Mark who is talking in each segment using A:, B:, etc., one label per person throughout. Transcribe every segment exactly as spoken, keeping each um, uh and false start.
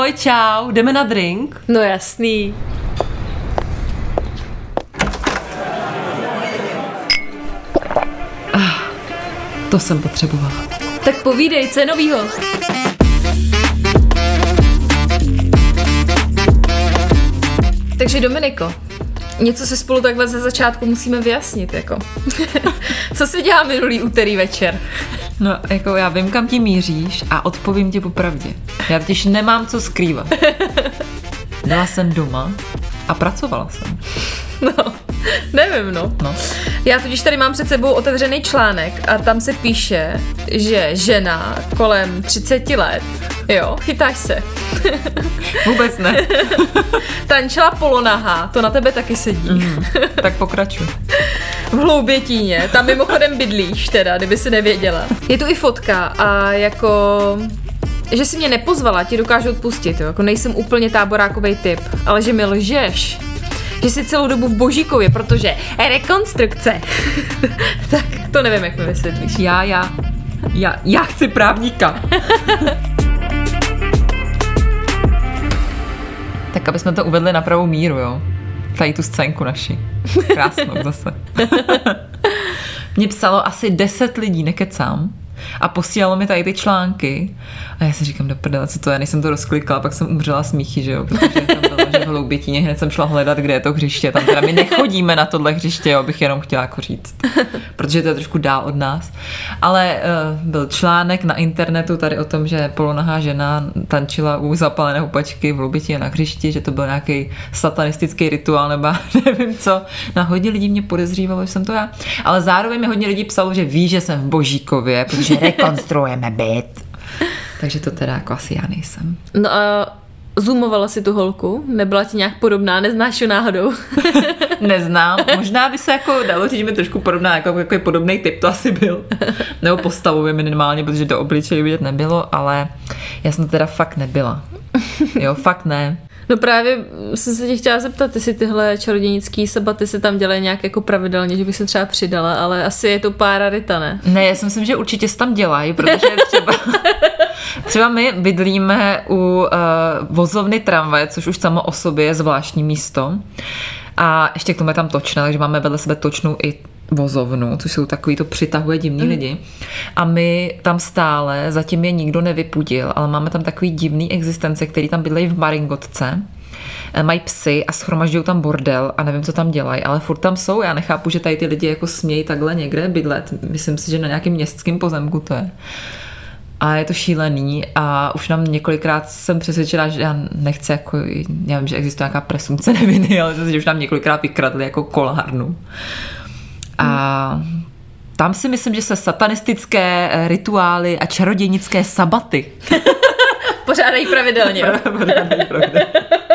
A: Ahoj, čau, jdeme na drink?
B: No jasný.
A: Ah, to jsem potřebovala.
B: Tak povídej, co je novýho? Takže Dominiko, něco si spolu takhle ze začátku musíme vyjasnit, jako. Co se dělá minulý úterý večer?
A: No, jako já vím, kam ti míříš a odpovím ti popravdě. Já totiž nemám co skrývat. Byla jsem doma a pracovala jsem.
B: No, nevím, no.
A: no.
B: Já totiž tady mám před sebou otevřený článek a tam se píše, že žena kolem třicet let, jo, chytáš se.
A: Vůbec ne.
B: Tančila polonahá, to na tebe taky sedí.
A: Mm, tak pokračuj.
B: V Hloubětíně, tam mimochodem bydlíš teda, kdyby si nevěděla. Je tu i fotka a jako... že si mě nepozvala, ti dokážu odpustit, jo? Jako nejsem úplně táborákovej typ, ale že mi lžeš, že jsi celou dobu v Božíkově, protože rekonstrukce. Tak to nevím, jak mi vysvětlíš.
A: Já, já, já, já chci právníka. Tak, aby jsme to uvedli na pravou míru, jo. Tady tu scénku naši. Krásnou zase. Mně psalo asi deset lidí, nekecám. A posílalo mi tady ty články. A já si říkám, do prdele, co to je, než jsem to rozklikala, pak jsem umřela smíchy, že jo, protože tam bylo, že v Hloubětíně, hned jsem šla hledat, kde je to hřiště. Tam teda my nechodíme na tohle hřiště, jo, bych jenom chtěla jako říct. Protože to je trošku dál od nás. Ale uh, byl článek na internetu tady o tom, že polonahá žena tančila u zapalené hupačky v Hloubětíně na hřišti, že to byl nějaký satanistický rituál, nebo nevím co. Na hodně lidí mě podezřívalo, že jsem to já. Ale zároveň mi hodně lidí psalo, že ví, že jsem v Božíkově, protože rekonstruujeme byt. Takže to teda jako asi já nejsem.
B: No a zoomovala si tu holku? Nebyla ti nějak podobná? Neznáš ji náhodou?
A: Neznám. Možná by se jako dalo říct, že mi trošku podobná, jako, jako podobný typ to asi byl. Nebo postavově minimálně, protože do obličeje vidět nebylo, ale já jsem to teda fakt nebyla. Jo, fakt ne.
B: No právě jsem se tě chtěla zeptat, jestli tyhle čarodějnický sabaty se tam dělají nějak jako pravidelně, že bych se třeba přidala, ale asi je to pár rarita, ne?
A: Ne, já si myslím, že určitě se tam dělají, protože třeba, třeba my bydlíme u uh, vozovny tramvaje, což už samo o sobě je zvláštní místo. A ještě k tomu je tam točna, takže máme vedle sebe točnou i vozovnu, což jsou takový, to přitahuje divní mm. lidi. A my tam stále, zatím je nikdo nevypudil, ale máme tam takový divný existence, který tam bydlejí v Maringotce, mají psy a shromažďují tam bordel a nevím, co tam dělají, ale furt tam jsou. Já nechápu, že tady ty lidi jako smějí takhle někde bydlet. Myslím si, že na nějakém městském pozemku to je. A je to šílený a už nám několikrát jsem přesvědčila, že já nechci jako, já vím, že existuje nějaká presumpce neviny, ale že už nám několikrát vykradli jako kolárnu. A tam si myslím, že se satanistické rituály a čarodějnické sabaty
B: pořádají pravidelně.
A: Pořádají pravidelně.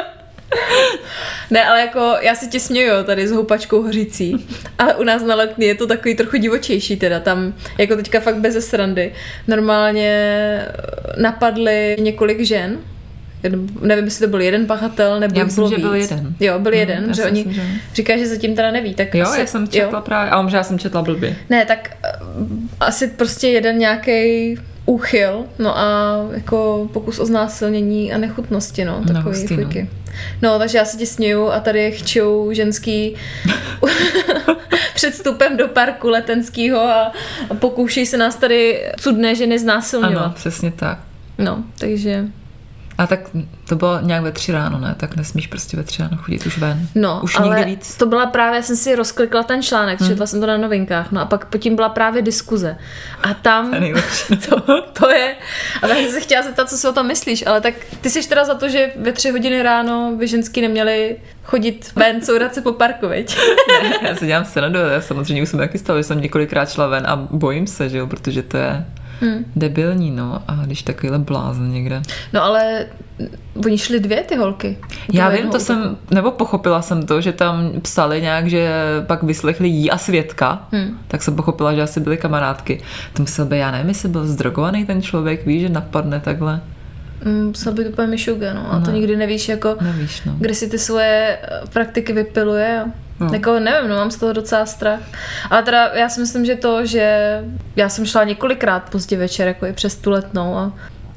B: Ne, ale jako já si tě směju tady s houpačkou hořící, ale u nás na Letný je to takový trochu divočejší teda, tam jako teďka fakt bez srandy. Normálně napadli několik žen, nevím, jestli to byl jeden pachatel, nebo
A: já myslím,
B: bylo
A: že
B: víc.
A: byl jeden.
B: Jo, byl jeden,
A: hmm,
B: že oni
A: myslím, že...
B: říkají, že zatím teda neví. Tak
A: jo,
B: asi,
A: já jsem četla
B: jo.
A: právě, ale možná já jsem četla blbě.
B: Ne, tak uh, asi prostě jeden nějaký úchyl, no a jako pokus o znásilnění a nechutnosti, no, takový fujky. No. no, takže já se ti směju a tady chčou ženský před vstupem do parku letenskýho a, a pokoušejí se nás tady cudné ženy znásilňovat.
A: Ano, přesně tak.
B: No, takže...
A: A tak to bylo nějak ve tři ráno, ne? Tak nesmíš prostě ve tři ráno chodit už ven.
B: No,
A: už
B: ale
A: nikdy víc.
B: To byla právě, já jsem si rozklikla ten článek, hmm. četla jsem to na novinkách, no a pak potom byla právě diskuze. A tam... To, to je... A tak jsem se chtěla zeptat, co si o tom myslíš, ale tak ty jsi teda za to, že ve tři hodiny ráno by ženský neměli chodit ven, courat se po parku, veď?
A: Ne, já se dělám srandu, já samozřejmě už jsem taky stala, že jsem několikrát šla ven a bojím se, že jo, protože to je... Hmm. debilní, no, a když takovýhle blázen někde.
B: No ale oni šli dvě ty holky.
A: Já vím, to útoku. Jsem, nebo pochopila jsem to, že tam psali nějak, že pak vyslechli jí a svědka, hmm. tak jsem pochopila, že asi byly kamarádky. To musel být, já nevím, jestli byl zdrogovaný ten člověk, víš, že napadne takhle.
B: Musel být úplně myšuga, no, a no. To nikdy nevíš, jako,
A: nevíš, no.
B: Kde si ty svoje praktiky vypiluje. No. Jako nevím, no, mám z toho docela strach. Ale teda já si myslím, že to, že já jsem šla několikrát pozdě večer, jako i přes tu Letnou a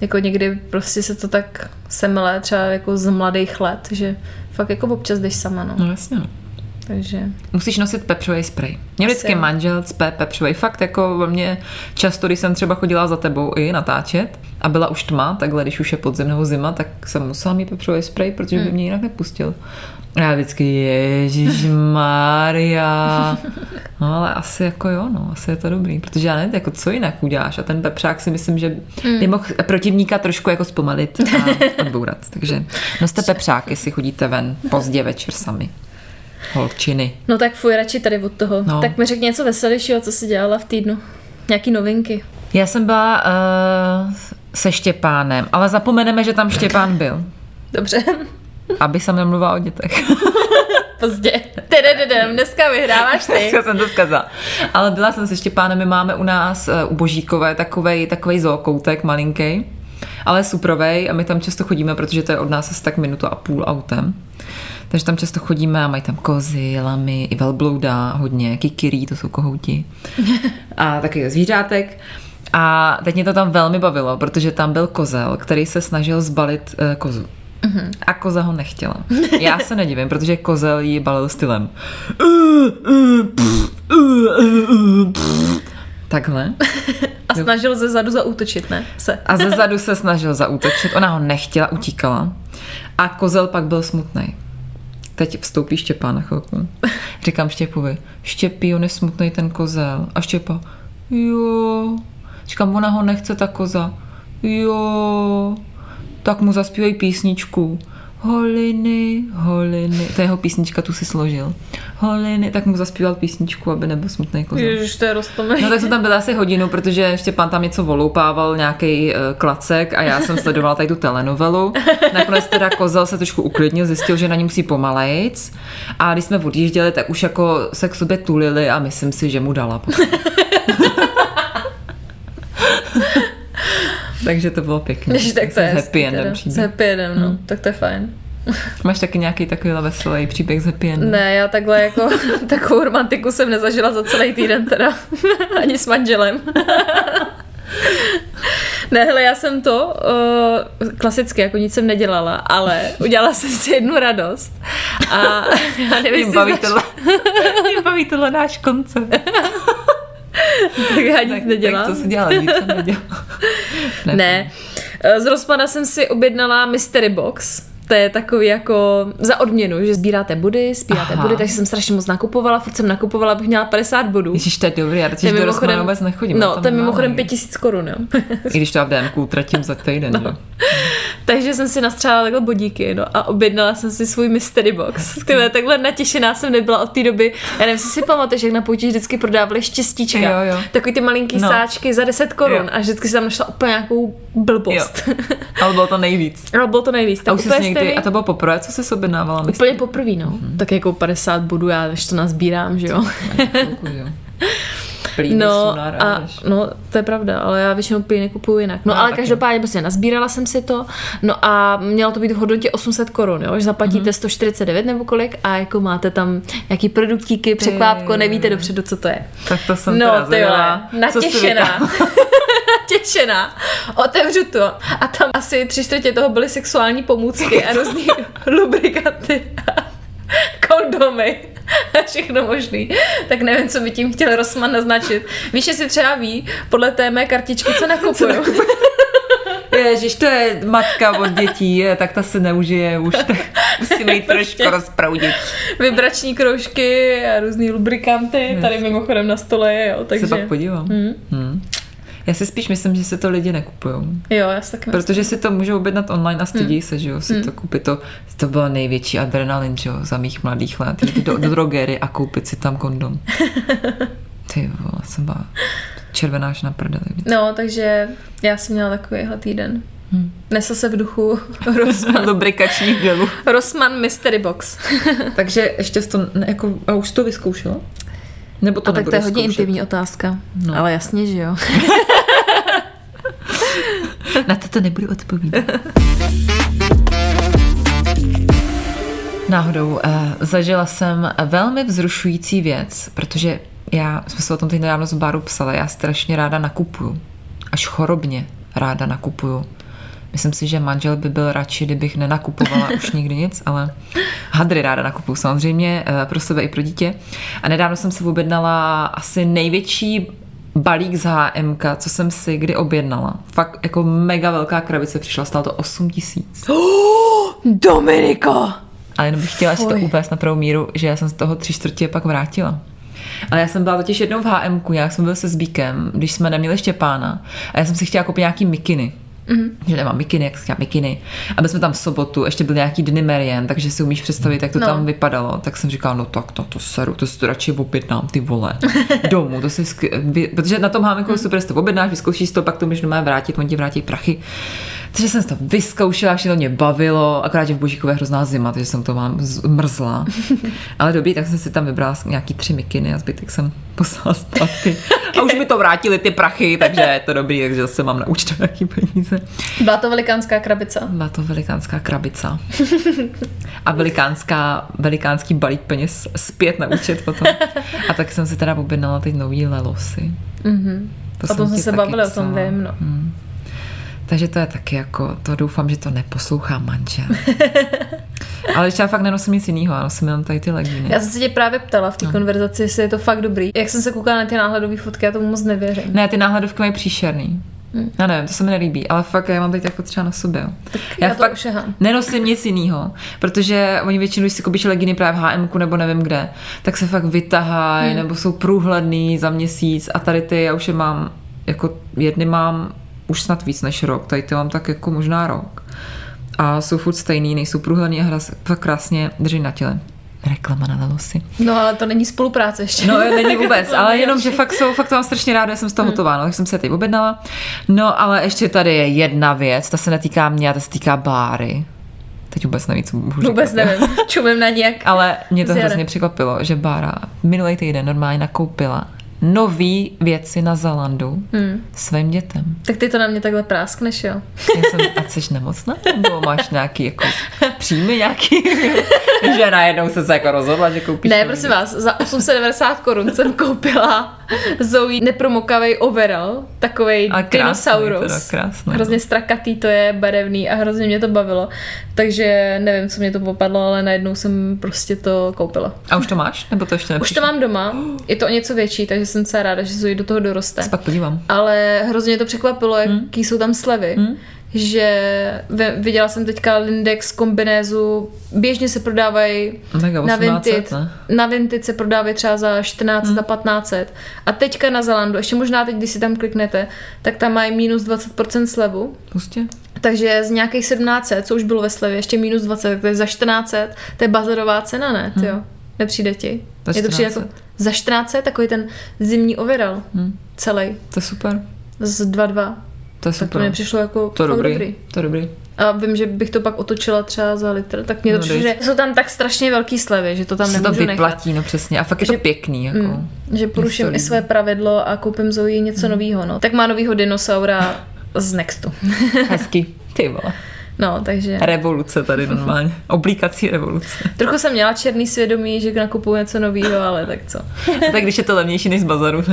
B: jako někdy prostě se to tak semele třeba jako z mladých let, že fakt jako občas jdeš sama, no.
A: No jasně, no.
B: Takže...
A: Musíš nosit pepřový sprej. Mě vždycky manžel cpe pepřový. Fakt jako ve mně často, když jsem třeba chodila za tebou i natáčet a byla už tma, takhle když už je podzim nebo zima, tak jsem musela mít pepřový sprej, protože by mě jinak nepustil. A já vždycky, ježišmarja. No ale asi jako jo, no, asi je to dobrý, protože já nevím, jako co jinak uděláš a ten pepřák si myslím, že by mohl protivníka trošku jako zpomalit a odbourat. Takže noste pepřák, jestli chodíte ven pozdě večer sami. Holčiny.
B: No tak fuj, radši tady od toho. No. Tak mi řekni něco veselějšího, co jsi dělala v týdnu. Nějaký novinky.
A: Já jsem byla uh, se Štěpánem, ale zapomeneme, že tam Štěpán byl.
B: Dobře.
A: Aby jsem nemluvila o dětech.
B: Pozdě. Tedededem, dneska vyhráváš ty.
A: Dneska jsem to zkazala. Ale byla jsem se Štěpánem, my máme u nás uh, u Božíkové takovej, takovej zookoutek malinký, ale suprovej a my tam často chodíme, protože to je od nás asi tak minutu a půl autem. Takže tam často chodíme a mají tam kozy, lamy, i velblouda, hodně, kikirí, to jsou kohouti. A taky zvířátek. A teď mě to tam velmi bavilo, protože tam byl kozel, který se snažil zbalit uh, kozu. Uh-huh. A koza ho nechtěla. Já se nedivím, protože kozel jí balil stylem. Takhle.
B: A snažil ze zadu zaútočit, ne? Se.
A: A ze zadu se snažil zaútočit. Ona ho nechtěla, utíkala. A kozel pak byl smutnej. Teď vstoupí Štěpán na chvilku. Říkám Štěpovi, Štěpí, on je smutnej ten kozel. A Štěpa, jo. Říkám, ona ho nechce, ta koza. Jo. Tak mu zaspívají písničku. Holiny, holiny. To je jeho písnička, tu si složil. Holiny, tak mu zaspíval písničku, aby nebyl smutný kozel.
B: Ježiš, to je roztomilý.
A: No tak jsme tam byli asi hodinu, protože Štěpán tam něco voloupával, nějaký uh, klacek a já jsem sledovala tady tu telenovelu. Nakonec teda kozel se trošku uklidnil, zjistil, že na ní musí pomalejc. A když jsme odjížděli, tak už jako se k sobě tulili a myslím si, že mu dala. Takže to bylo pěkné.
B: Tak to je
A: happy endem
B: příběh. S happy endem, no. Hmm. Tak to je fajn.
A: Máš taky nějaký takovýhle veselý příběh s happy endem?
B: Ne, já takhle jako takovou romantiku jsem nezažila za celý týden teda. Ani s manželem. Ne, hele, já jsem to uh, klasicky, jako nic jsem nedělala, ale udělala jsem si jednu radost. A já nevím,
A: Mě baví tohle, mě baví tohle náš koncept.
B: Tak já nic tak, nedělám.
A: Tak co jsi dělala? Nic jsem nedělala.
B: Ne. ne. Z Rossmana jsem si objednala Mystery Box. To je takový jako za odměnu, že sbíráte body, sbíráte Aha. body, takže jsem strašně moc nakupovala, furt jsem nakupovala, abych měla padesát bodů.
A: Ježiš, to je dobrý, já totiž do Rossmana vůbec nechodím.
B: No, to je mimochodem pět tisíc korun, jo.
A: I když to já v dé emku utratím za týden, no.
B: Takže jsem si nastřála takhle bodíky, no, a objednala jsem si svůj Mystery Box. Tyhle, takhle natěšená jsem nebyla od té doby. Já nevím, jestli si pamatuješ, jak na pouti vždycky prodávali štěstíčka.
A: Jo, jo.
B: Takový ty malinký no. sáčky za deset korun a vždycky si tam našla úplně nějakou blbost.
A: Ale bylo to nejvíc.
B: Ale bylo to nejvíc.
A: A, někdy, a to bylo poprvé, co jsi objednávala?
B: Úplně poprvé, no. Mm-hmm. Tak jako padesát bodů, já než to nazbírám, že jo.
A: Plíny,
B: no,
A: sunar,
B: a, no, to je pravda, ale já většinou plíny kupuju jinak. No, no ale taky. Každopádně prostě nazbírala jsem si to, no a mělo to být v hodnotě osm set korun, jo, že zaplatíte mm-hmm. sto čtyřicet devět nebo kolik a jako máte tam nějaký produktíky, překvápko, nevíte dopředu, co to je.
A: Tak to jsem
B: no,
A: teda zvědala.
B: Natěšená. Natěšená. Otevřu to a tam asi tři čtvrtě toho byly sexuální pomůcky a různý lubrikanty a kondomy a všechno možný. Tak nevím, co by tím chtěl Rossmann naznačit. Víš, jestli třeba ví, podle té mé kartičky, co nakupuju.
A: Ježiš, to je matka od dětí, tak ta se neužije už, tak musíme jí trošku rozproudit.
B: Vibrační kroužky a různý lubrikanty, yes. Tady mimochodem na stole je, jo, takže...
A: Se pak podívám. Hmm. Hmm. Já si spíš myslím, že si to lidi nekupujou.
B: Jo, já si taky myslím.
A: Protože si to můžou objednat online a stydí hmm. se, že jo, si hmm. to koupit. To, to byl největší adrenalin, že jo, za mých mladých let. Jít do, do drogery a koupit si tam kondom. Ty vole, jsem byla červená až na prdeli.
B: No, takže já jsem měla takovýhle týden. Hmm. Nesl se v duchu Rossmann.
A: Lubrikační gelu.
B: Rossmann Mystery Box.
A: Takže ještě to, jako, a už to vyzkoušela? Nebo to
B: a tak to je hodně
A: zkoušet?
B: Intimní otázka. No. Ale jasně, že jo.
A: Na to to nebudu odpovídat. Náhodou uh, zažila jsem velmi vzrušující věc, protože já, jsme se o tom teď nedávno z baru psali, já strašně ráda nakupuju. Až chorobně ráda nakupuju. Myslím si, že manžel by byl radši, kdybych nenakupovala už nikdy nic, ale hadry ráda nakupuju samozřejmě pro sebe i pro dítě. A nedávno jsem si objednala asi největší balík z há emka, co jsem si kdy objednala. Fakt jako mega velká krabice, přišla, stálo to osm tisíc.
B: Oh, Dominiko!
A: Ale jenom bych chtěla ještě to uvést na pravou míru, že já jsem z toho tři čtvrtě pak vrátila. Ale já jsem byla totiž jednou v há emku, nějak jsem byl se Zbíkem, když jsme neměli Štěpána a já jsem si chtěla koupit nějaký mikiny. Mm-hmm. Že nemám mikiny, jak chtěla mikiny. A byli jsme tam v sobotu, ještě byl nějaký Dny Marian, takže si umíš představit, jak to no. tam vypadalo. Tak jsem říkala, no tak to, to seru, to si to radši objednám, ty vole, domů. To si skvěl... Protože na tom há emku je super, že to objednáš, vyzkoušíš to, pak to můžeš doma vrátit, on ti vrátí prachy. Takže jsem to vyzkoušela, všechno mě bavilo, akorát, že v Božíkové hrozná zima, takže jsem to mám zmrzla. Ale dobrý, tak jsem si tam vybrala nějaký tři mikiny a zbytek jsem poslala zpátky. Okay. A už mi to vrátili ty prachy, takže je to dobrý, takže zase mám na účtu nějaký peníze.
B: Byla to velikánská krabice.
A: Byla to velikánská krabice. A velikánská, velikánský balík peněz zpět na účet potom. A tak jsem si teda objednala teď nový lelosy.
B: Mm-hmm. To o tom jsme se bavili, psala. O tom vím, no. Hmm.
A: Takže to je taky jako, to doufám, že to neposlouchá manžel. Ale ještě já fakt nenosím nic jinýho, já nosím jenom tady ty legíny.
B: Já jsem se tě právě ptala v té no. konverzaci, jestli je to fakt dobrý. Jak jsem se koukala na ty náhledové fotky, já tomu moc nevěřím.
A: Ne, ty náhledovky mají příšerný. Hmm. Já nevím, to se mi nelíbí, ale fakt já mám teď jako třeba na sobě.
B: Tak já, já fakt ušahám.
A: Nenosím nic jinýho, protože oni většinou, když si koupíš legíny právě v há emku nebo nevím kde, tak se fakt vytahají, hmm. nebo jsou průhledný za měsíc a tady ty já už je mám, jako jedny mám už snad víc než rok, tady ty mám tak jako možná rok. A jsou furt stejný, nejsou průhledný a hras, fakt krásně drží na těle. Reklama na lelosy.
B: No ale to není spolupráce ještě.
A: No není vůbec, ale jenom, že fakt jsou, fakt to mám strašně ráda, já jsem z toho hmm. hotová, no, tak jsem se teď objednala. No ale ještě tady je jedna věc, ta se netýká mě, ta se týká Báry. Teď vůbec nevím, co můžu
B: Vůbec říkat. Nevím, čumím na nějak.
A: Ale mě to hrozně překvapilo, že Bára minulý týden normálně nakoupila nový věci na Zalandu hmm. svým dětem.
B: Tak ty to na mě takhle práskneš, jo?
A: Já jsem, a jsi nemocná? Nebo máš nějaký jako příjmy nějaký? Že najednou se se jako rozhodla, že koupíš.
B: Ne, prosím věc. vás, za osm set devadesát korun jsem koupila Zoe nepromokavej overall, takovej dinosaurus.
A: Krásný,
B: hrozně strakatý to je, barevný a hrozně mě to bavilo. Takže nevím, co mě to popadlo, ale najednou jsem prostě to koupila.
A: A už to máš? Nebo to ještě nepřišlo?
B: Už to mám doma. Je to o něco větší, takže jsem se ráda, že Zoe do toho doroste.
A: Se pak podívám.
B: Ale hrozně to překvapilo, jaký hmm. jsou tam slevy. Hmm. Že viděla jsem teďka Lindex kombinézu, běžně se prodávají na Vinted, na Vinted se prodávají třeba za čtrnáct set a patnáct set a teďka na Zalandu, ještě možná teď, když si tam kliknete, tak tam mají minus dvacet procent slevu.
A: Pustě.
B: Takže z nějakých sedmnáct set, co už bylo ve slevě, ještě minus dvacet, to je za čtrnáct set, to je bazarová cena, ne? Ty jo. Hmm. Nepřijde ti? Je to přijde jako za čtrnáct set, takový ten zimní overall hmm. celý.
A: To je super.
B: Z dva dva.
A: To je super.
B: Tak to mi přišlo jako
A: to dobrý.
B: dobrý.
A: To dobrý.
B: A vím, že bych to pak otočila třeba za litr, tak mě to no, přišlo, že jsou tam tak strašně velký slevy, že to tam nemůžu nechat. Se to
A: vyplatí, nechat. No přesně. A fakt je že, to pěkný. Jako. Mm,
B: že poruším i své pravidlo a koupím Zoe něco mm. novýho. No. Tak má novýho dinosaura z Nextu.
A: Hezky. Ty vole.
B: No, takže...
A: Revoluce tady normálně. Oblíkací revoluce.
B: Trochu jsem měla černý svědomí, že nakupuju něco novýho, ale tak co.
A: Tak když je to levnější než z bazaru,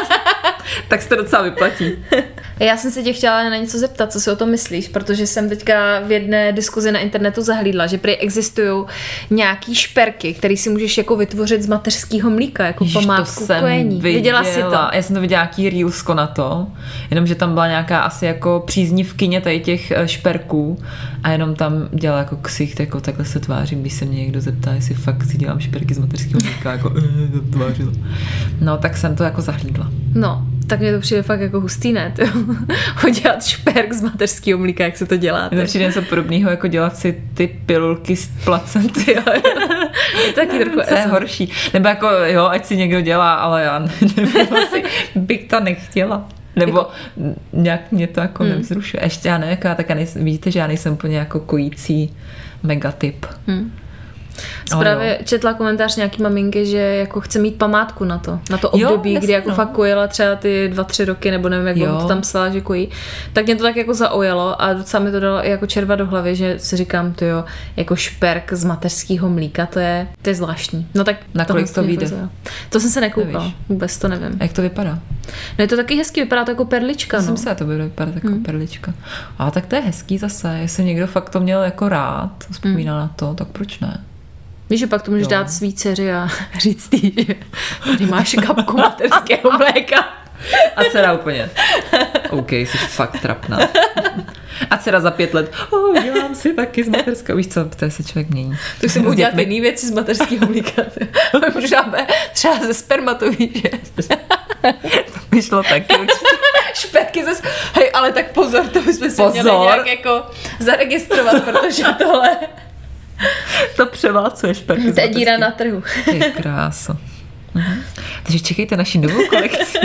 A: tak se to docela vyplatí.
B: Já jsem se tě chtěla na něco zeptat, co si o tom myslíš, protože jsem teďka v jedné diskuzi na internetu zahlídla, že prý existují nějaký šperky, které si můžeš jako vytvořit z mateřského mlíka, jako Ježiš, památku kojení. Viděla jsi to?
A: Já jsem to viděla nějaký reelsko na to, jenomže tam byla nějaká asi jako příznivkyně tady těch šperků a jenom tam dělala jako ksicht, jako takhle se tvářím, když se mě někdo zeptá, jestli fakt si dělám šperky z mateřského mlíka, jako tvářilo. No, tak jsem to jako zahlídla.
B: No, tak mě to přijde fakt jako hustý, ne? Udělat šperk z mateřského mlíka, jak se to dělá.
A: Mně to přijde něco podobného, jako dělat si ty pilulky z placenty.
B: Je to taky trochu
A: to je horší. Nebo jako, jo, ať si někdo dělá, ale já nevím, asi bych to nechtěla. Nebo jako... nějak mě to jako hmm. nevzrušuje. Ještě já nevím, jako já tak já nejsem, vidíte, že já nejsem úplně jako kojící megatyp. Hmm.
B: Právě četla komentář nějaký maminky, že jako chce mít památku na to, na to období, jo, kdy jako no. fakt kojila třeba ty dva, tři roky, nebo nevím, jak to tam psala, že kojí. Tak mě to tak jako zaujalo a docela mi to dalo jako červa do hlavy, že si říkám, to jo, jako šperk z mateřského mlíka, to je, to je zvláštní. No tak
A: na kolik to vyjde?
B: To jsem se nekoukala, vůbec to nevím.
A: A jak to vypadá?
B: No je to taky hezký, vypadá to jako perlička.
A: Já
B: no.
A: jsem se to bude vypadat jako hmm. perlička. A tak to je hezký zase, jestli někdo fakt to měl jako rád, vzpomínal hmm. na to, tak proč ne?
B: Víš, že pak to můžeš jo. dát svý dceři a říct jí, že tady máš kapku materského mléka.
A: A dcera úplně. OK, jsi fakt trapná. A dcera za pět let, oh, dělám si taky z materského. Víš co, to se člověk mění.
B: To si můžu dělat jiný věci z materského mléka. Možná třeba ze spermatu, víš, že?
A: To by šlo taky určitě.
B: Šperky zase, hej, ale tak pozor, to bychom si měli nějak jako zaregistrovat, protože tohle...
A: To převálcuje šperky.
B: To je díra na trhu.
A: Ty kráso. Mhm. Takže čekejte naši novou kolekci.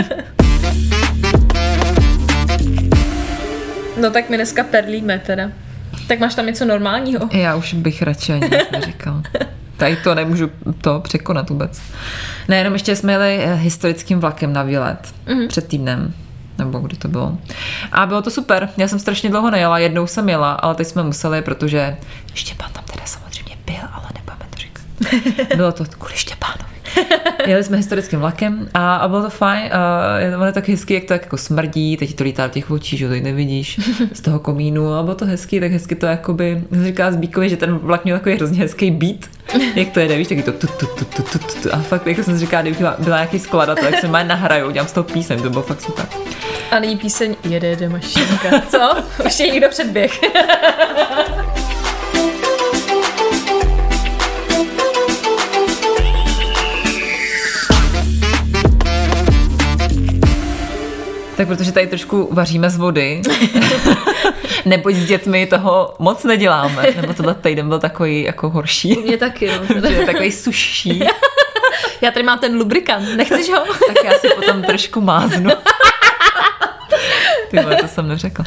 B: No tak my dneska perlíme teda. Tak máš tam něco normálního?
A: Já už bych radši ani nic neříkal. Tady to nemůžu to překonat vůbec. Ne, jenom ještě jsme jeli historickým vlakem na výlet. Mm-hmm. Před týdnem. Nebo kdy to bylo. A bylo to super. Já jsem strašně dlouho nejela. Jednou jsem jela, ale teď jsme museli, protože Štěpán tam teda samozřejmě byl, ale nebudeme to říkat. Bylo to kvůli Štěpánovi. Jeli jsme historickým vlakem a, a bylo to fajn. A ono je tak hezký, jak to tak jako smrdí, teď to lítá do těch očí, že to nevidíš z toho komínu a bylo to hezký, tak hezky to jakoby, jak říká Zbíkovi, že ten vlak měl takový hrozně hezký beat, jak to jede, víš, taky to tu, tu, tu, tu, tu, tu, a fakt, jako jsem si říká, kdyby byla, byla nějaký skladatel, tak se má nahraju, dělám z toho píseň, to bylo fakt super.
B: A nyní píseň Jede, jede mašinka, co? Už je někdo předběh.
A: Tak protože tady trošku vaříme z vody, neboť s dětmi toho moc neděláme, nebo tohle týden byl takový jako horší.
B: U mě taky, no.
A: Že je takový suší.
B: Já tady mám ten lubrikant, nechceš ho?
A: Tak já si potom trošku máznu. Ty vole, to jsem neřekla.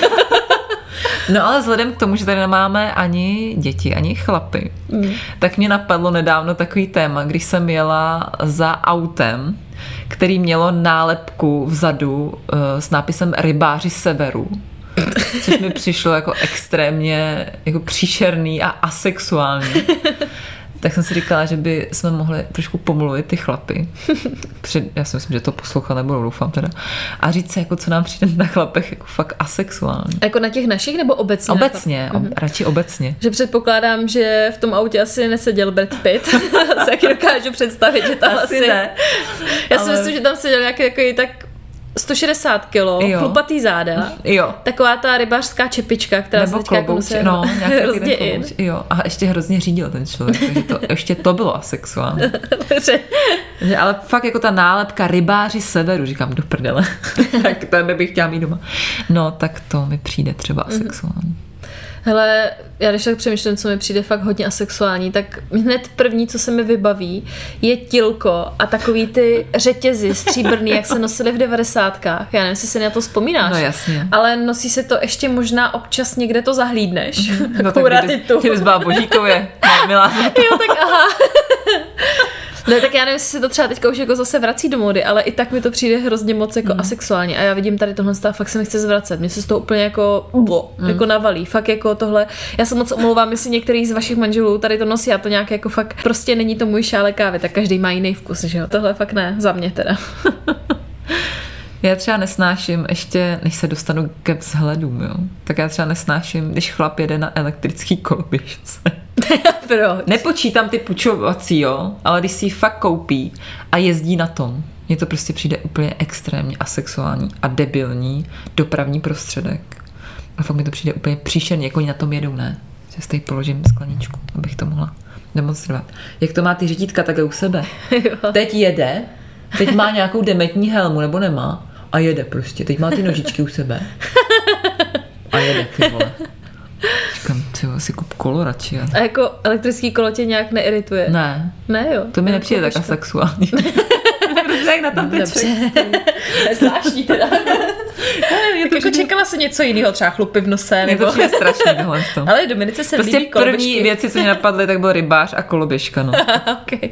A: No ale vzhledem k tomu, že tady nemáme ani děti, ani chlapy, mm. tak mě napadlo nedávno takový téma, když jsem jela za autem, který mělo nálepku vzadu uh, s nápisem Rybáři severu. Což mi přišlo jako extrémně jako příšerný a asexuální. Tak jsem si říkala, že by jsme mohli trošku pomluvit ty chlapy. Před, já si myslím, že to poslouchat nebudou, doufám teda. A říct si, jako, co nám přijde na chlapech jako fakt asexuální.
B: Jako na těch našich nebo obecně?
A: Obecně, ob,
B: mhm.
A: radši obecně.
B: Že předpokládám, že v tom autě asi neseděl Brad Pitt. Se jak dokážu představit, že tam asi, asi ne. Já si ale... myslím, že tam seděl nějaký takový tak sto šedesát kilo, chlupatý záda,
A: jo.
B: Taková ta rybářská čepička, která
A: nebo
B: se teďka jako musí
A: no, hrozně in. Jo. A ještě hrozně řídil ten člověk, takže to, ještě to bylo asexuální. že, ale fakt jako ta nálepka Rybáři severu, říkám do prdele, tak to bych chtěla mít doma. No, tak to mi přijde třeba asexuální.
B: Hele, já když tak přemýšlím, co mi přijde fakt hodně asexuální, tak hned první, co se mi vybaví, je tilko a takový ty řetězy stříbrný, jak se nosily v devadesátkách. Já nevím, jestli si na to vzpomínáš.
A: No jasně.
B: Ale nosí se to ještě možná občas někde to zahlídneš.
A: Mm-hmm. No tak kdybys byla Božíkově, milá.
B: Jo, tak aha. No tak já nevím, jestli se to třeba teďka už jako zase vrací do módy, ale i tak mi to přijde hrozně moc jako mm. asexuální a já vidím tady tohle stav, fakt se mi chce zvracet. Mně se z toho úplně jako blo, mm. jako navalí. Fakt jako tohle. Já se moc omlouvám, jestli některý z vašich manželů tady to nosí a to nějak jako fakt prostě není to můj šálek kávy, tak každý má jiný vkus, že jo. Tohle fakt ne, za mě teda.
A: Já třeba nesnáším, ještě než se dostanu ke vzhledům, jo, tak já třeba nesnáším, když chlap jede na elektrický koloběžce.
B: Proč?
A: Nepočítám ty půjčovací, jo, ale když si ji fakt koupí a jezdí na tom, mně to prostě přijde úplně extrémně asexuální a debilní dopravní prostředek. A fakt mi to přijde úplně příšerně, jako oni na tom jedou, ne? Že si tady položím skleničku, abych to mohla demonstrovat. Jak to má ty řídítka takhle u sebe. Teď jede, teď má nějakou dementní helmu, nebo nemá, a jede prostě. Teď má ty nožičky u sebe. A jede, ty vole. Říkám, tyjo, si kup kolo radši.
B: A jako elektrický kolo tě nějak neirituje?
A: Ne.
B: Ne, jo.
A: To mi nepřijde tak asexuální. Prostě jak na tam teď.
B: Zvláštní teda. Je to jako čekala se něco jiného, třeba chlupy v nose.
A: Nebo... Je to přijde strašně tohle.
B: Ale Dominice se
A: prostě
B: líbí koloběžky.
A: První věci, co mě napadly, tak byl rybář a koloběžka. No.
B: Okay.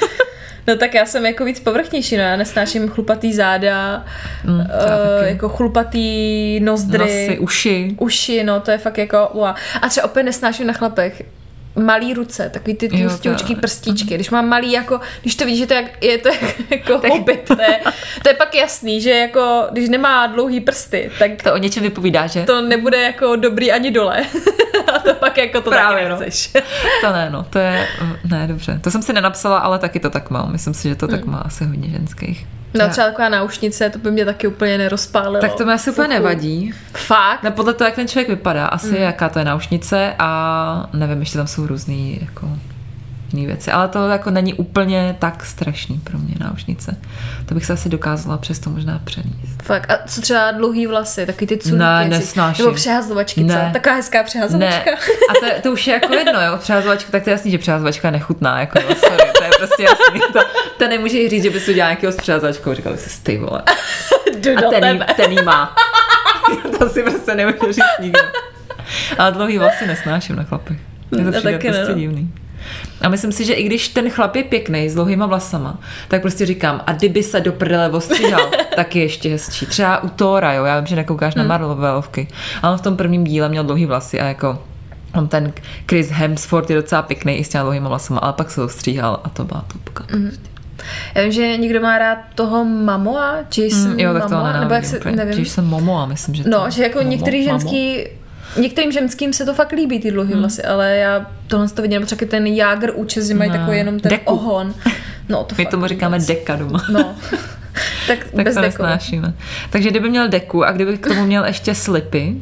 B: No tak já jsem jako víc povrchnější, no já nesnáším chlupatý záda, mm, uh, jako chlupatý nozdry.
A: Nosy, uši.
B: Uši, no to je fakt jako wow. A třeba opět nesnáším na chlapech malý ruce, takový ty tlustěčký prstíčky. Když mám malý, jako, když to vidíš, že to je, je to jako tak... hobit, to je, to je pak jasný, že jako, když nemá dlouhý prsty, tak
A: to o něčem vypovídá, že?
B: To nebude jako dobrý ani dole. A to pak jako to
A: právě
B: taky nechceš.
A: No. To ne, no, to je, ne, dobře. To jsem si nenapsala, ale taky to tak mám. Myslím si, že to hmm. tak má asi hodně ženských.
B: No třeba taková náušnice, to by mě taky úplně nerozpálilo.
A: Tak to mi asi úplně nevadí.
B: Fakt?
A: No podle toho, jak ten člověk vypadá, asi mm. jaká to je náušnice a nevím, ještě tam jsou různý jako jiný věci, ale to jako není úplně tak strašný pro mě náušnice. To bych se asi dokázala přesto možná přenést.
B: Fakt, a co třeba dlouhý vlasy, taky ty cunky?
A: Ne, nesnáším.
B: Nebo přehazovačky,
A: ne.
B: co? Taková hezká přehazovačka.
A: Ne. A to, to už je jako jedno, jo, přehazovačka, tak to je jasný, že přehazovačka je nechutná, jako no, sorry, to je prostě jasný. To, to nemůže říct, že bys udělal nějakého s přehazovačkou, říkal bych si, ty vole. A ten jí, ten jí má. To si prostě nemůže říct nikdo. Ale dlouhý vlasy nesnáším na chlapech. Je to přijde prostě ne, divný. A myslím si, že i když ten chlap je pěkný s dlouhýma vlasama, tak prostě říkám, a kdyby se do prdele ostříhal, tak je ještě hezčí. Třeba u Thora, jo, já vím, že nekoukáš hmm. na Marvelovky, ale on v tom prvním díle měl dlouhý vlasy a jako on ten Chris Hemsworth je docela pěkný i s těma dlouhýma vlasama, ale pak se ostříhal a to byla tupka. Hmm.
B: Já vím, že někdo má rád toho Momoa, Jason
A: mm, jo, tak
B: Momoa,
A: to
B: nebo jak se, nevím.
A: Jason Momoa, myslím, že to
B: no, že jako
A: Momo,
B: některý ženský některým ženským se to fakt líbí, ty dlouhý vlasy, hmm. ale já tohle to vidím, třeba ten Jágr účesy mají no. takový jenom ten deku. Ohon. No, to
A: my tomu říkáme vůbec. Deka doma.
B: No. Tak,
A: tak
B: bez
A: to
B: deku.
A: Nesnášíme. Takže kdyby měl deku a kdyby k tomu měl ještě slipy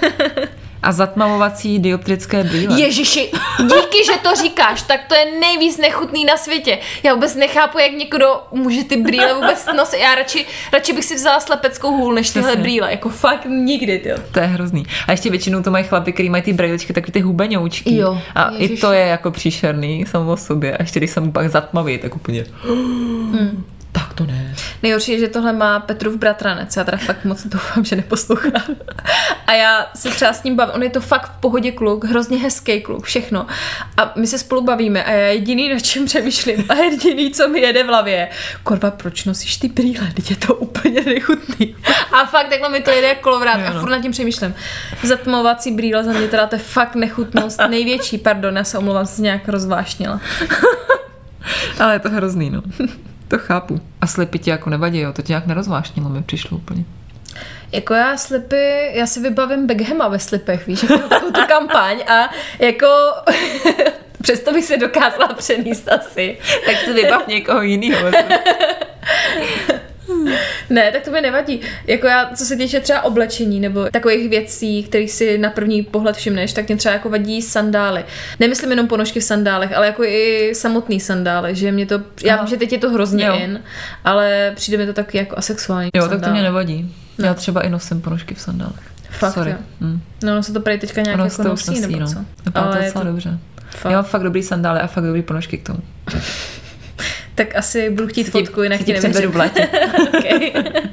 A: a zatmavovací dioptrické brýle.
B: Ježiši, díky, že to říkáš, tak to je nejvíc nechutný na světě. Já vůbec nechápu, jak někdo může ty brýle vůbec nosit. Já radši, radši bych si vzala slepeckou hůl, než tyhle Přesně. brýle. Jako fakt nikdy, tyjo.
A: To je hrozný. A ještě většinou to mají chlapi, který mají ty brýličky, takový ty hubeňoučky.
B: Jo,
A: a
B: ježiši.
A: I to je jako příšerný samo o sobě. A ještě když se mu pak zatmaví, tak úplně... Hmm. Tak to ne.
B: Nejhorší je, že tohle má Petrův bratranec. Já teda fakt moc doufám, že neposlouchá. A já se třeba s ním bavím. On je to fakt v pohodě kluk, hrozně hezký kluk, všechno. A my se spolu bavíme a já jediný, na čem přemýšlím a jediný, co mi jede v hlavě, kurva, proč nosíš ty brýle? Teď je to úplně nechutný. A fakt takhle mi to jede jak kolovrát a furt nad tím přemýšlím. Zatmovací brýle za mě teda to je fakt nechutnost největší. Pardon, já se omlouvám, se nějak rozvášnila.
A: Ale je to hrozný, no. To chápu. A slipy ti jako nevadí, jo? To tě nějak nerozvášnilo, mi přišlo úplně.
B: Jako já slipy, já si vybavím Beckhama ve slipech, víš, jako takovou tu kampaň a jako přesto bych se dokázala přenést asi.
A: Tak si vybav někoho jinýho.
B: Ne, tak to mi nevadí. Jako já, co se týče třeba oblečení nebo takových věcí, kterých si na první pohled všimneš, tak mě třeba jako vadí sandály. Nemyslím jenom ponožky v sandálech, ale jako i samotný sandály, že mě to, já vím, že teď je to hrozně jo. in, ale přijde mi to taky jako asexuální.
A: Jo,
B: sandály.
A: Tak to mě nevadí. Já třeba i nosím ponožky v sandálech.
B: Fakt,
A: Sorry.
B: Hmm. No, no se to prej teďka nějak
A: ono
B: jako nosí, nosí, nebo
A: no.
B: co?
A: Ale to je docela to... dobře. Fakt. Já mám fakt dobrý sandály a fakt dobrý ponožky k tomu.
B: Tak asi budu chtít fotku, jinak ti
A: nevěřím. v létě.
B: Okay.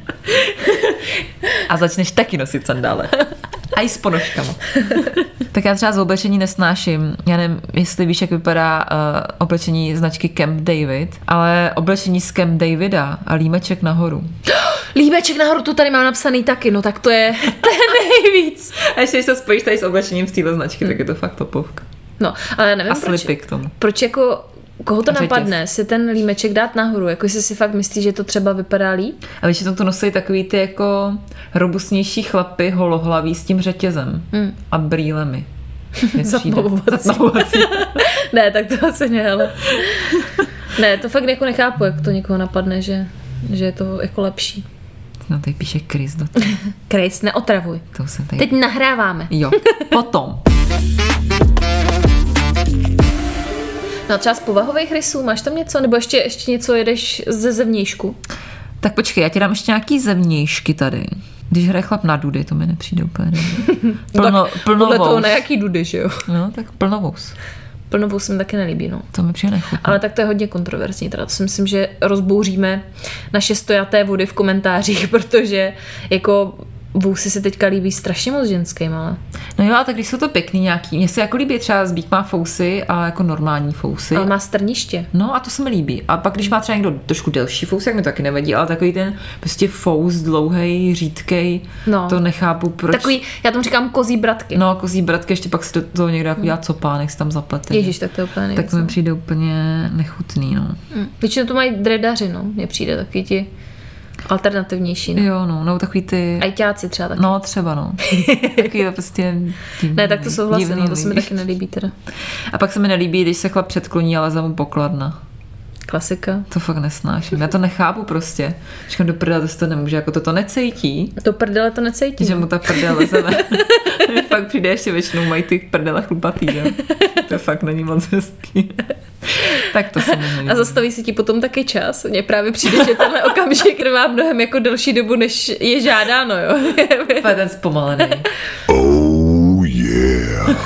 A: A začneš taky nosit sandále. A i s ponožkama. Tak já třeba z oblečení nesnáším. Já nevím, jestli víš, jak vypadá uh, oblečení značky Camp David, ale oblečení z Camp Davida a límeček nahoru.
B: Límeček nahoru, to tady mám napsaný taky, no tak to je, to je nejvíc.
A: A ještě když se spojíš tady s oblečením z téhle značky, hmm. tak je to fakt topovka.
B: No, ale nevím,
A: a
B: proč,
A: slipy k tomu.
B: Proč jako koho to napadne, si ten límeček dát nahoru, jako jestli si fakt myslíš, že to třeba vypadá líp?
A: A většinou to nosí takový ty jako robustnější chlapy, holohlaví s tím řetězem hmm. a brýlemi.
B: Zatmavovací. Ne, tak to asi ne, ale... Ne, to fakt jako nechápu, jak to někoho napadne, že, že je to jako lepší.
A: No, tady píše Chris do
B: Chris, neotravuj.
A: To jsem tady...
B: Teď nahráváme.
A: Jo, potom.
B: No třeba z povahových rysů, máš tam něco? Nebo ještě, ještě něco jedeš ze zevnějšku?
A: Tak počkej, já ti dám ještě nějaký zevnějšky tady. Když hraje chlap na dudy, to mi nepřijde úplně dobře. Plno, plnovous.
B: Podle toho na jaký dudy, že jo?
A: No, tak plnovous.
B: Plnovous se mi taky nelíbí, no.
A: To mi přijde nechutné.
B: Ale tak to je hodně kontroverzní, teda to si myslím, že rozbouříme naše stojaté vody v komentářích, protože jako Vousy se teďka líbí strašně moc ženským, ale.
A: No jo, a tak když jsou to pěkný nějaký. Mně se jako líbí třeba Zbík má fousy a jako normální fousy.
B: Ale má strniště.
A: No a to se mi líbí. A pak když má třeba někdo trošku delší fousy, jak mi to taky nevadí, ale takový ten prostě fous dlouhej, řídkej, no. To nechápu proč.
B: Takový, já tomu říkám kozí bratky.
A: No, kozí bratky, ještě pak si do toho někdo jako dělá copánek, si tam zaplete.
B: Ježiš, tak to je úplně
A: tak to mi přijde úplně nechutný, no.
B: Mm. Většinou to mají dredaři, no. Mně přijde taky ti alternativnější. No.
A: Jo, no, no takový ty...
B: Ajťáci třeba taky.
A: No, třeba, no. Takový to prostě divný.
B: Ne, tak to souhlasím, no, to se mi taky nelíbí teda.
A: A pak se mi nelíbí, když se chlap předkloní, ale za mu pokladna.
B: Klasika.
A: To fakt nesnáším. Já to nechápu prostě. Říkám, do prdele, to si to nemůže, jako to to necejtí.
B: Do prdele to necejtí.
A: Že mu ta prdele leze. Pak přijde ještě většinou, mají ty prdele chlupatý, že? To fakt není moc hezký. Tak to se mi nelíbí.
B: A zastaví si ti potom taky čas. Mně právě přijde, že tenhle okamžik trvá mnohem jako delší dobu, než je žádáno, jo.
A: To ten zpomalený.
B: Oh yeah.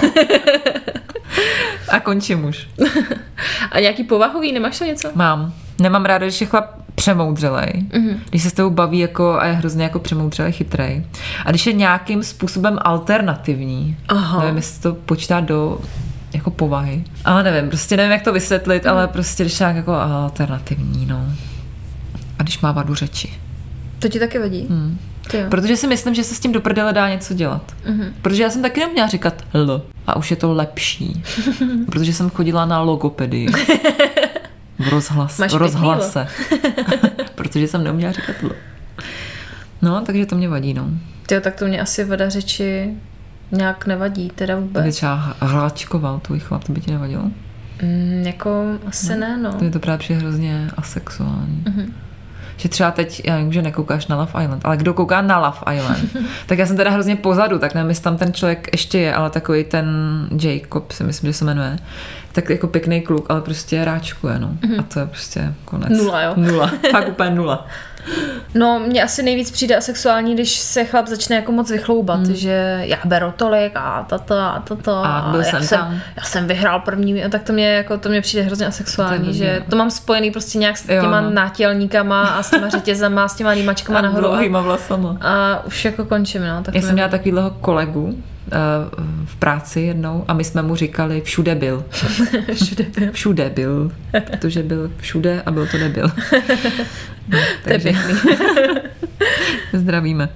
A: A končím už.
B: A nějaký povahový, nemáš to něco?
A: Mám. Nemám ráda, když je chlap přemoudřelej. Mm-hmm. Když se s tebou baví jako, a je hrozně jako přemoudřelej, chytrej. A když je nějakým způsobem alternativní. Aha. Nevím, jestli to počítá do jako povahy. Ale nevím, prostě nevím, jak to vysvětlit, mm. ale prostě když je nějak jako alternativní, no. A když má vadu řeči.
B: To ti taky vadí? Mm.
A: Protože si myslím, že se s tím do prdele dá něco dělat. Mm-hmm. Protože já jsem taky neměla říkat L a už je to lepší. Protože jsem chodila na logopedii. V rozhlas, rozhlase. Protože jsem neuměla říkat L. No, takže to mě vadí, no.
B: Tyjo, tak to mě asi vada řeči nějak nevadí, teda vůbec.
A: Kdyby třeba hláčkoval tvůj chlap, to by ti nevadilo?
B: Mm, jako asi no. ne, no.
A: To je to právě přijde hrozně asexuální. Mm-hmm. Že třeba teď, já vím, že nekoukáš na Love Island, ale kdo kouká na Love Island, tak já jsem teda hrozně pozadu, tak nevím, jestli tam ten člověk ještě je, ale takový ten Jacob, si myslím, že se jmenuje, tak jako pěkný kluk, ale prostě ráčkuje, no. Mm-hmm. A to je prostě konec.
B: Nula, jo.
A: Nula, fakt úplně nula.
B: No, mně asi nejvíc přijde asexuální, když se chlap začne jako moc vychloubat, mm. že já beru tolik a tato a tato
A: a, a
B: já, jsem, já jsem vyhrál první, tak to mě, jako, to mě přijde hrozně asexuální, to že to mám spojený prostě nějak s těma jo, no. nátělníkama a s těma řetězama, s těma límačkama nahoru.
A: A vlasama.
B: A už jako končím, no. Tak
A: já jsem měla takovýhleho kolegu v práci jednou a my jsme mu říkali všude byl.
B: všude byl.
A: Všude byl, protože byl všude a byl to debil. No,
B: to je pěkný.
A: Zdravíme.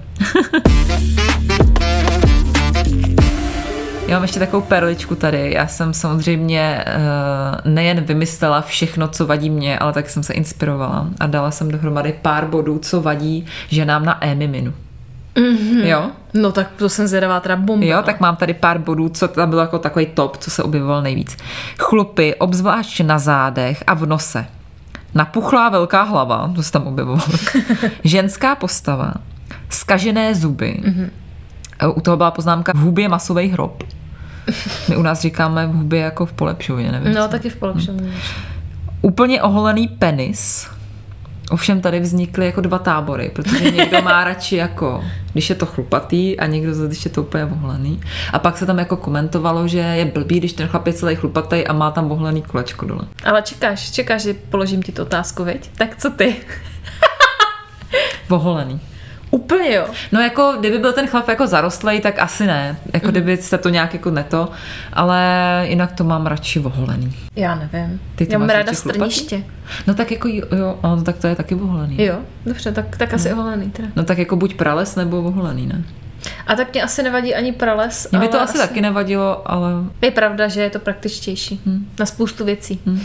A: Já mám ještě takovou perličku tady. Já jsem samozřejmě uh, nejen vymyslela všechno, co vadí mně, ale tak jsem se inspirovala a dala jsem dohromady pár bodů, co vadí ženám na e-miminu.
B: Mm-hmm.
A: Jo?
B: No tak to jsem zvědavá, teda bomba.
A: Jo, tak mám tady pár bodů, co tam bylo jako takový top, co se objevoval nejvíc. Chlupy, obzvlášť na zádech a v nose. Napuchlá velká hlava, to se tam objevovalo. Ženská postava, zkažené zuby. Mm-hmm. U toho byla poznámka v hubě masovej hrob. My u nás říkáme v hubě jako v Polepšově, nevím.
B: No,
A: co.
B: taky v Polepšově. Hmm.
A: Úplně oholený penis. Ovšem tady vznikly jako dva tábory, protože někdo má radši jako, když je to chlupatý a někdo zase, když je to úplně oholený. A pak se tam jako komentovalo, že je blbý, když ten chlap je celý chlupatý a má tam oholený kolečko dole.
B: Ale čekáš, čekáš, že položím ti tu otázku, viď? Tak co ty?
A: Oholený.
B: Úplně jo.
A: No jako, kdyby byl ten chlap jako zarostlej, tak asi ne. Jako mm. kdyby se to nějak jako neto, ale jinak to mám radši oholený.
B: Já nevím.
A: Ty
B: Já mám ráda strniště.
A: No tak jako jo, jo, no, tak to je taky oholený.
B: Jo, dobře, tak, tak asi no. oholený teda.
A: No tak jako buď prales nebo oholený, ne?
B: A tak mě asi nevadí ani prales.
A: Mně by to asi, asi taky nevadilo, ale...
B: Je pravda, že je to praktičtější. Hmm. Na spoustu věcí. Hmm.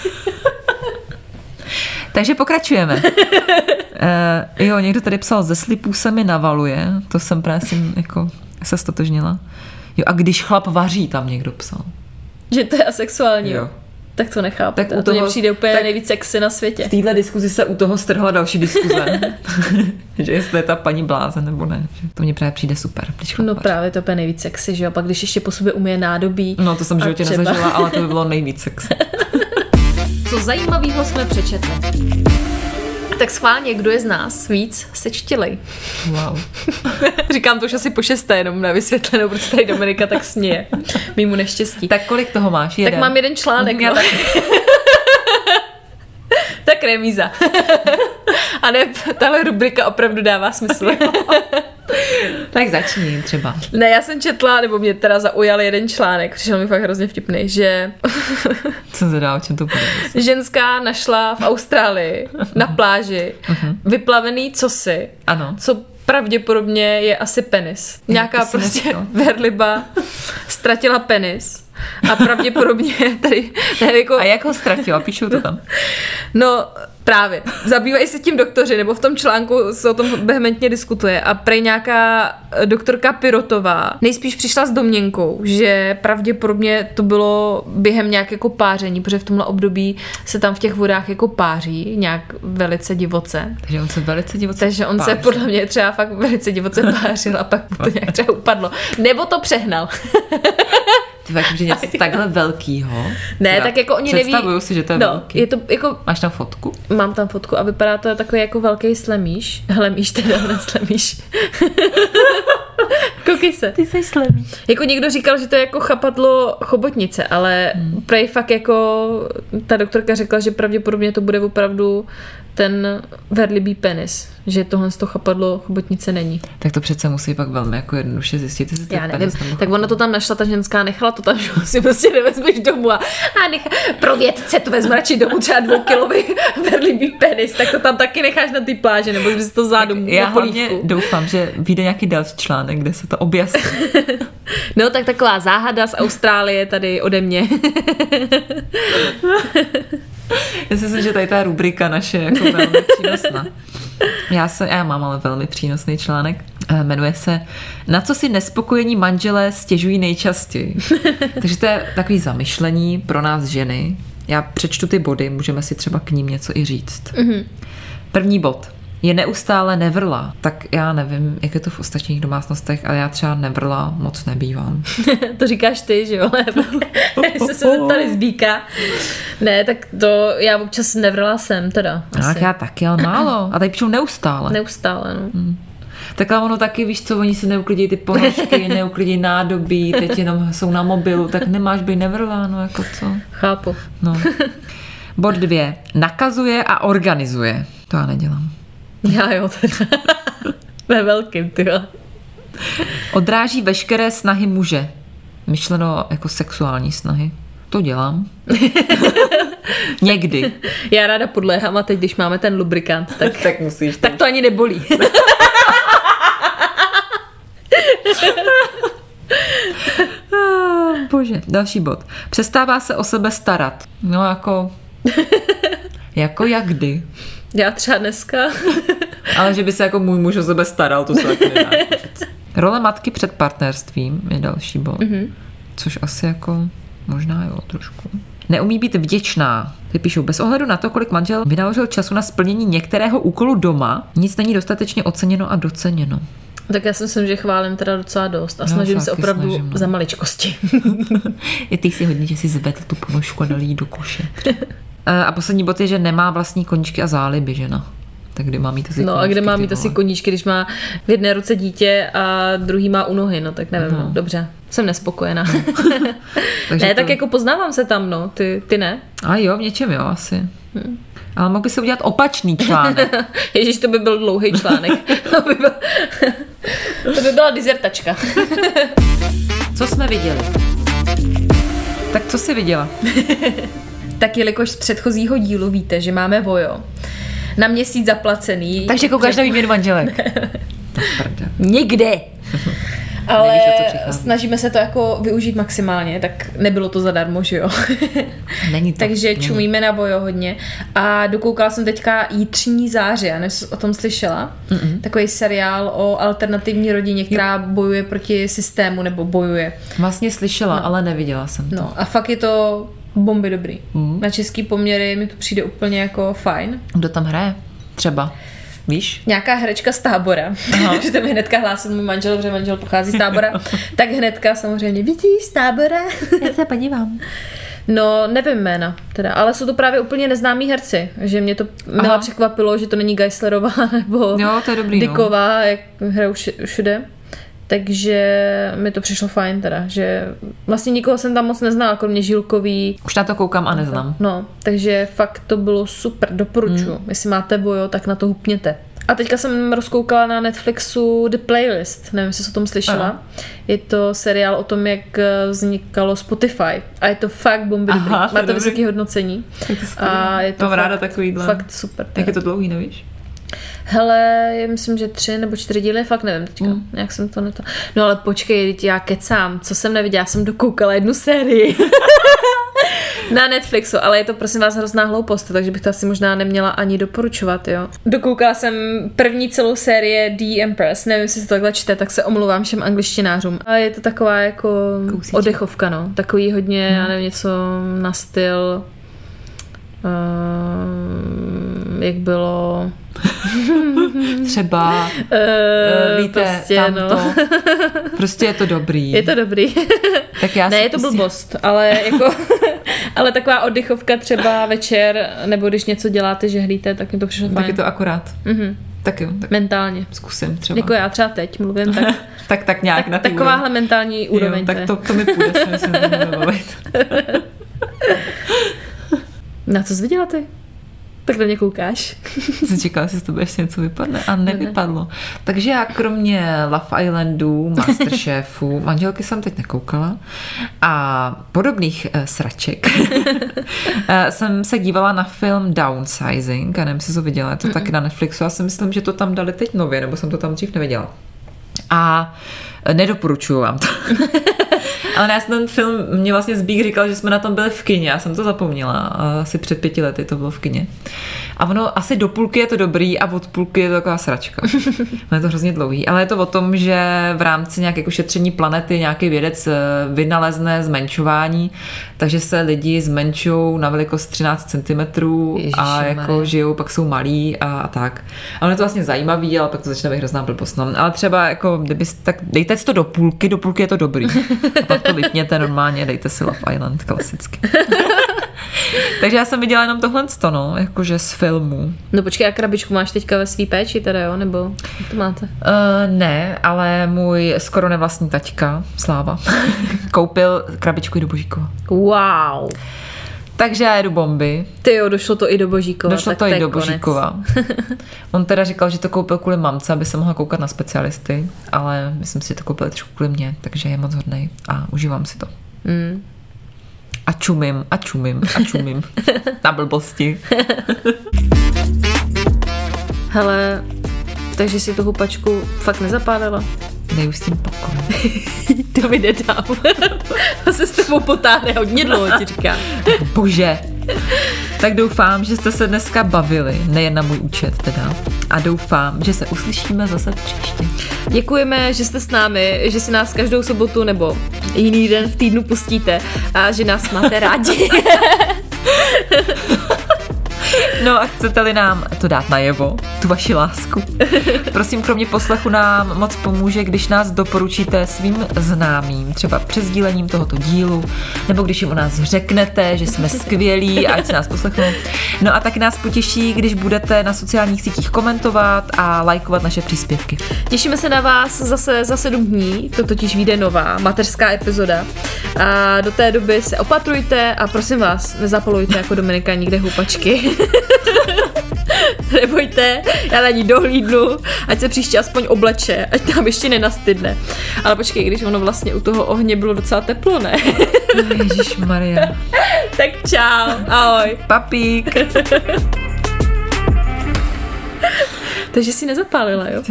A: Takže pokračujeme. uh, jo, někdo tady psal, ze slipů se mi navaluje, to jsem právě si jako se stotožnila. Jo, a když chlap vaří, tam někdo psal.
B: Že to je asexuální, jo. Tak to nechápu. Tak u toho, to mě přijde úplně nejvíc sexy na světě.
A: V téhle diskuzi se u toho strhla další diskuze. Že jestli je ta paní blázen nebo ne. To mně právě přijde super. Když
B: no vaří. Právě to je úplně nejvíc sexy, že jo. Pak když ještě po sobě umije nádobí.
A: No to jsem v životě třeba... nezažila, ale to by bylo nejvíc sexy.
B: Co zajímavého jsme přečetli. Tak schválně, kdo je z nás víc sečtilej.
A: Wow.
B: Říkám to už asi po šesté, jenom na vysvětlenou, protože tady Dominika tak směje. Mýmu neštěstí.
A: Tak kolik toho máš? Jeden?
B: Tak mám jeden článek.
A: Já
B: no.
A: taky.
B: Tak remíza. A ne, tahle rubrika opravdu dává smysl.
A: Tak začni třeba.
B: Ne, já jsem četla, nebo mě teda zaujal jeden článek, přišel mi fakt hrozně vtipný, že
A: co zadá, o čem to bude?
B: Ženská našla v Austrálii na pláži uh-huh. vyplavený cosi,
A: ano.
B: co pravděpodobně je asi penis. Nějaká prostě verliba ztratila penis. A pravděpodobně tady... Ne, jako...
A: A jak ho ztratila? Píšou to tam.
B: No, právě. Zabývají se tím doktoři, nebo v tom článku se o tom vehementně diskutuje. A prej nějaká doktorka Pirotová nejspíš přišla s domněnkou, že pravděpodobně to bylo během nějak jako páření, protože v tomhle období se tam v těch vodách jako páří nějak velice divoce.
A: Takže on se velice divoce
B: Takže on pářil. Se podle mě třeba fakt velice divoce pářil a pak mu to nějak třeba upadlo. Nebo to přehnal.
A: Ty fakt, že něco takhle velkýho.
B: Ne, teda tak jako oni neví.
A: Představuju si, že to je
B: no,
A: velký.
B: Je to jako...
A: Máš tam fotku?
B: Mám tam fotku a vypadá to takový jako velký slemíš. Hlemíš teda, ne slemíš. Koukej se.
A: Ty jsi slemíš.
B: Jako někdo říkal, že to je jako chapadlo chobotnice, ale hmm. prej fakt jako ta doktorka řekla, že pravděpodobně to bude opravdu ten verlibý penis, že tohle z toho chapadlo chobotnice není.
A: Tak to přece musí pak velmi jako jednoduše zjistit, jestli
B: já nevím, tak ona to tam našla, ta ženská nechala to tam, že si prostě nevezmeš domů a, a nechá, pro vědce to vezmu radši domů třeba dvoukilový verlibý penis, tak to tam taky necháš na té pláži, nebo bys to vzala domů.
A: Já hlavně doufám, že vyjde nějaký další článek, kde se to objasní.
B: No tak taková záhada z Austrálie tady ode mě.
A: Já si myslím, že tady ta rubrika naše je jako velmi přínosná. Já, se, já mám ale velmi přínosný článek. Jmenuje se Na co si nespokojení manželé stěžují nejčastěji. Takže to je takový zamyšlení pro nás ženy. Já přečtu ty body, můžeme si třeba k ním něco i říct. Mm-hmm. První bod. Je neustále nevrla. Tak já nevím, jak je to v ostatních domácnostech, ale já třeba nevrla moc nebývám.
B: To říkáš ty, že jo? Se se zeptali Zbíka. Ne, tak to já občas nevrla jsem teda.
A: Tak já taky, ale málo. A tady píšou neustále.
B: Neustále, no. Hmm.
A: Tak ale ono taky, víš co, oni si neuklidí ty ponožky, neuklidí nádobí, teď jenom jsou na mobilu, tak nemáš být nevrla, no jako co?
B: Chápu.
A: No. Bod dvě. Nakazuje a organizuje. To já nedělám.
B: Já jo, teda. Ve velkým, tyhle.
A: Odráží veškeré snahy muže. Myšleno jako sexuální snahy. To dělám. Někdy.
B: Já ráda podléhám a teď, když máme ten lubrikant, tak,
A: tak musíš.
B: Tak to ani nebolí.
A: Bože, další bod. Přestává se o sebe starat. No jako... jako jak kdy.
B: Já třeba dneska.
A: Ale že by se jako můj muž o sebe staral, to se taky nedá. Role matky před partnerstvím je další bod. Mm-hmm. Což asi jako možná jo, trošku. Neumí být vděčná. Ty píšou, bez ohledu na to, kolik manžel vynaložil času na splnění některého úkolu doma, nic není dostatečně oceněno a doceněno. Tak
B: já si myslím, že chválím teda docela dost a snažím no, se opravdu snažím, no. za maličkosti.
A: I ty si hodně, že si zvedl tu ponožku a dal jí do koše. A poslední bod je, že nemá vlastní koníčky a záliby žena. Tak kde má mít asi
B: No
A: koníčky,
B: a kde má mít asi koníčky, když má v jedné ruce dítě a druhý má u nohy, no tak nevím, no. No, dobře, jsem nespokojená. No. ne, to... tak jako poznávám se tam, no, ty, ty ne?
A: A jo, v něčem jo, asi. Hmm. Ale mohl by se udělat opačný článek.
B: Ježíš, to by byl dlouhý článek. to, by byl... to by byla dizertačka.
A: Co jsme viděli? Tak co jsi viděla?
B: Tak jelikož z předchozího dílu víte, že máme Vojo na měsíc zaplacený.
A: Takže koukáš na výměnu manželek.
B: Někde. Ale snažíme se to jako využít maximálně, tak nebylo to zadarmo, že jo.
A: Není to.
B: Takže není. Čumíme na Vojo hodně. A dokoukala jsem teďka Jitřní záře, já nevím, o tom slyšela. Mm-mm. Takový seriál o alternativní rodině, která jo. bojuje proti systému, nebo bojuje.
A: Vlastně slyšela, no. ale neviděla jsem to.
B: No a fakt je to bomby dobrý. Mm. Na český poměry mi to přijde úplně jako fajn.
A: Kdo tam hraje? Třeba. Víš?
B: Nějaká herečka z Tábora. Že to mi hnedka hlásil můj manžel, protože manžel pochází z Tábora. Tak hnedka samozřejmě, vidíš z Tábora?
A: Já se podívám.
B: No, nevím jména, teda, ale jsou to právě úplně neznámí herci, že mě to milá překvapilo, že to není Geislerová nebo
A: jo, to je dobrý,
B: Dyková, no. jak hrajou všude. Takže mi to přišlo fajn teda, že vlastně nikoho jsem tam moc neznala, kromě Žilkový.
A: Už na to koukám a neznám.
B: No, takže fakt to bylo super, doporučuji. Hmm. Jestli máte Vojo, tak na to hupněte. A teďka jsem rozkoukala na Netflixu The Playlist, nevím, jestli jsi o tom slyšela. Aha. Je to seriál o tom, jak vznikalo Spotify. A je to fakt bomby dobrý. Má to vysoké hodnocení. A je to
A: mám
B: fakt,
A: ráda takovýhle.
B: Fakt super.
A: Jak je to dlouhý, nevíš?
B: Hele, já myslím, že tři nebo čtyři díly, fakt nevím teďka, mm. jak jsem to neto... No ale počkej, já kecám, co jsem neviděla, já jsem dokoukala jednu sérii na Netflixu, ale je to prosím vás hrozná hloupost, takže bych to asi možná neměla ani doporučovat, jo. Dokoukala jsem první celou série The Empress, nevím, jestli se to takhle čte, tak se omluvám všem angličtinářům. A je to taková jako Kousíček. Oddechovka, no, takový hodně, mm. já nevím, něco na styl... Uh, jak bylo
A: třeba uh, víte,
B: prostě,
A: tamto
B: no.
A: Prostě je to dobrý.
B: Je to dobrý.
A: Tak já
B: ne, je to prostě... blbost, ale jako ale taková oddychovka třeba večer, nebo když něco děláte, že hlíte, tak mi to přišlo
A: tak
B: fajn.
A: Tak je to akorát.
B: Mm-hmm.
A: Tak jo. Tak
B: mentálně.
A: Zkusím třeba.
B: Jako já třeba teď mluvím tak.
A: tak, tak nějak
B: tak,
A: na ty
B: takováhle
A: úroveň.
B: mentální úroveň.
A: Jo, tak to, to mi půjde, si myslím, že to nebavit.
B: Na co jsi viděla ty? Tak na mě koukáš.
A: Jsem čekala, že z toho ještě něco vypadne a nevypadlo. Ne. Takže já kromě Love Islandu, Masterchefu, Manželky jsem teď nekoukala a podobných eh, sraček jsem se dívala na film Downsizing a nevím, jestli to viděla, je to mm-mm. taky na Netflixu. Já si myslím, že to tam dali teď nově, nebo jsem to tam dřív neviděla. A nedoporučuju vám to. Ale já jsem ten film, mě vlastně Zbík říkal, že jsme na tom byli v kině, já jsem to zapomněla, asi před pěti lety to bylo v kině. A ono asi do půlky je to dobrý a od půlky je to taková sračka. No je to hrozně dlouhý, ale je to o tom, že v rámci nějaké jako šetření planety nějaký vědec vynalezne zmenšování, takže se lidi zmenšou na velikost třináct centimetrů a jako žijou, pak jsou malí a, a tak. A ono je to vlastně zajímavý, ale pak to začne být hrozná blbost. No. Ale třeba jako, kdybyste, tak dejte si to do půlky, do půlky je to dobrý. A pak to vypněte normálně, dejte si Love Island klasicky. Takže já jsem viděla jenom tohle no, jakože z filmu.
B: No počkej, a krabičku máš teďka ve svý péči teda, jo? Nebo jak to máte?
A: Uh, ne, ale můj skoro nevlastní taťka, Sláva, koupil krabičku i do Božíkova.
B: Wow.
A: Takže já jedu bomby.
B: Ty jo, došlo to i do Božíkova.
A: Došlo to i do Božíkova. On teda říkal, že to koupil kvůli mamce, aby se mohla koukat na specialisty, ale myslím si, že to koupil trošku kvůli mě, takže je moc hodnej a užívám si to.
B: Mm.
A: A čumím, a čumím, a čumím. Na blbosti.
B: Hele, takže si tu hupačku fakt nezapálila?
A: Dej už s tím pokoj.
B: To mi nedám. To se s tebou potáhne hodně dlouho, ti říkám.
A: Bože. Tak doufám, že jste se dneska bavili, nejen na můj účet teda. A doufám, že se uslyšíme zase příště.
B: Děkujeme, že jste s námi, že si nás každou sobotu nebo jiný den v týdnu pustíte a že nás máte rádi.
A: No a chcete-li nám to dát najevo, tu vaši lásku, prosím, kromě poslechu nám moc pomůže, když nás doporučíte svým známým, třeba přesdílením tohoto dílu, nebo když jim o nás řeknete, že jsme skvělí a ať si nás poslechnou. No a taky nás potěší, když budete na sociálních sítích komentovat a lajkovat naše příspěvky.
B: Těšíme se na vás zase za sedm dní, to totiž vyjde nová mateřská epizoda. A do té doby se opatrujte a prosím vás, nezapalujte jako Dominika nikde houpačky. Nebojte, já na ní dohlídnu, ať se příště aspoň obleče, ať tam ještě nenastydne. Ale počkej, když ono vlastně u toho ohně bylo docela teplo, ne?
A: Ježišmarja.
B: Tak čau, ahoj.
A: Papík.
B: Takže jsi nezapálila, jo?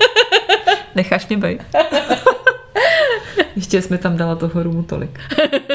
A: Necháš mě bejt. Ještě jsme tam dala toho rumu tolik.